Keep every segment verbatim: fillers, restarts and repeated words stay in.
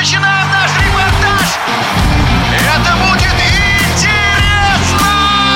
начинаем наш репортаж. Это будет интересно!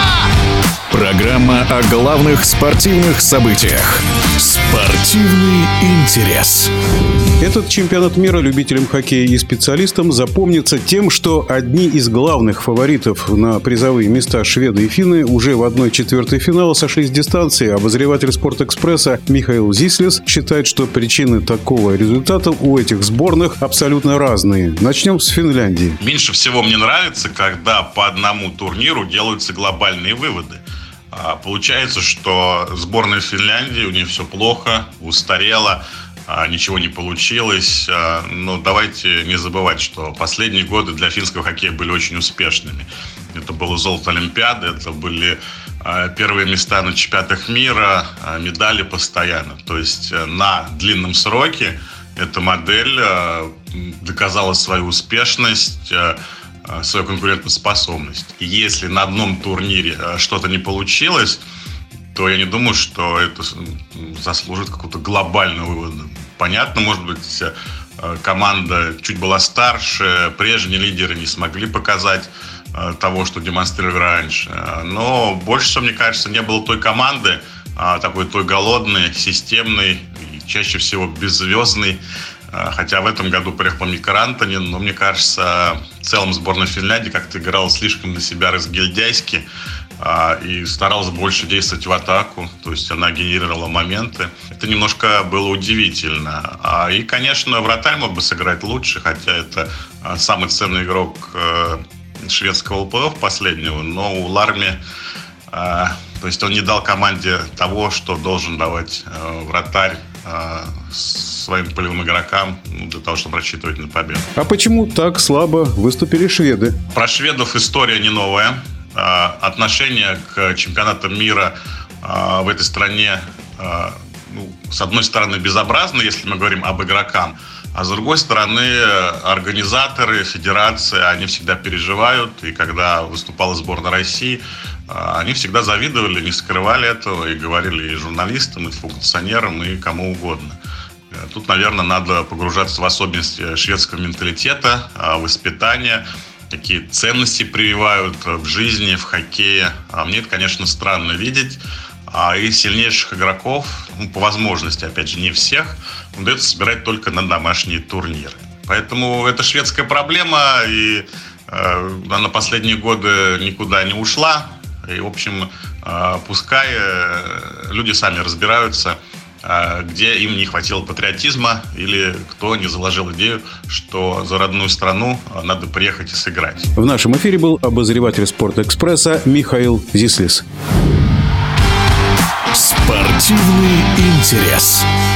Программа о главных спортивных событиях. Спортивный интерес. Этот чемпионат мира любителям хоккея и специалистам запомнится тем, что одни из главных фаворитов на призовые места шведы и финны уже в одной четвертой финала сошлись с дистанции. Обозреватель «Спортэкспресса» Михаил Зислис считает, что причины такого результата у этих сборных абсолютно разные. Начнем с Финляндии. Меньше всего мне нравится, когда по одному турниру делаются глобальные выводы. Получается, что сборная Финляндии, у нее все плохо, устарела, ничего не получилось. Но давайте не забывать, что последние годы для финского хоккея были очень успешными. Это было золото Олимпиады, это были первые места на чемпионатах мира, медали постоянно. То есть на длинном сроке эта модель доказала свою успешность, свою конкурентоспособность. И если на одном турнире что-то не получилось, то я не думаю, что это заслужит какого-то глобального вывода. Понятно, может быть, команда чуть была старше, прежние лидеры не смогли показать того, что демонстрировали раньше. Но больше всего, мне кажется, не было той команды, такой той голодной, системной, и чаще всего беззвездной. Хотя в этом году приехал Микко Рантанен, но мне кажется, в целом сборная Финляндии как-то играла слишком на себя разгильдяйски и старалась больше действовать в атаку, то есть она генерировала моменты. Это немножко было удивительно. И, конечно, вратарь мог бы сыграть лучше, хотя это самый ценный игрок шведского ЛПФ последнего, но у Ларми, то есть он не дал команде того, что должен давать вратарь своим полевым игрокам для того, чтобы рассчитывать на победу. А почему так слабо выступили шведы? Про шведов история не новая. Отношение к чемпионатам мира в этой стране, ну, с одной стороны, безобразно, если мы говорим об игроках, а с другой стороны, организаторы, федерации, они всегда переживают. И когда выступала сборная России, они всегда завидовали, не скрывали этого и говорили и журналистам, и функционерам, и кому угодно. Тут, наверное, надо погружаться в особенности шведского менталитета, воспитания, какие ценности прививают в жизни, в хоккее. А мне это, конечно, странно видеть. И сильнейших игроков, ну, по возможности, опять же, не всех, удается собирать только на домашние турниры. Поэтому это шведская проблема, и э, она последние годы никуда не ушла. И, в общем, э, пускай э, люди сами разбираются, э, где им не хватило патриотизма или кто не заложил идею, что за родную страну надо приехать и сыграть. В нашем эфире был обозреватель «Спортэкспресса» Михаил Зислис. Спортивный интерес.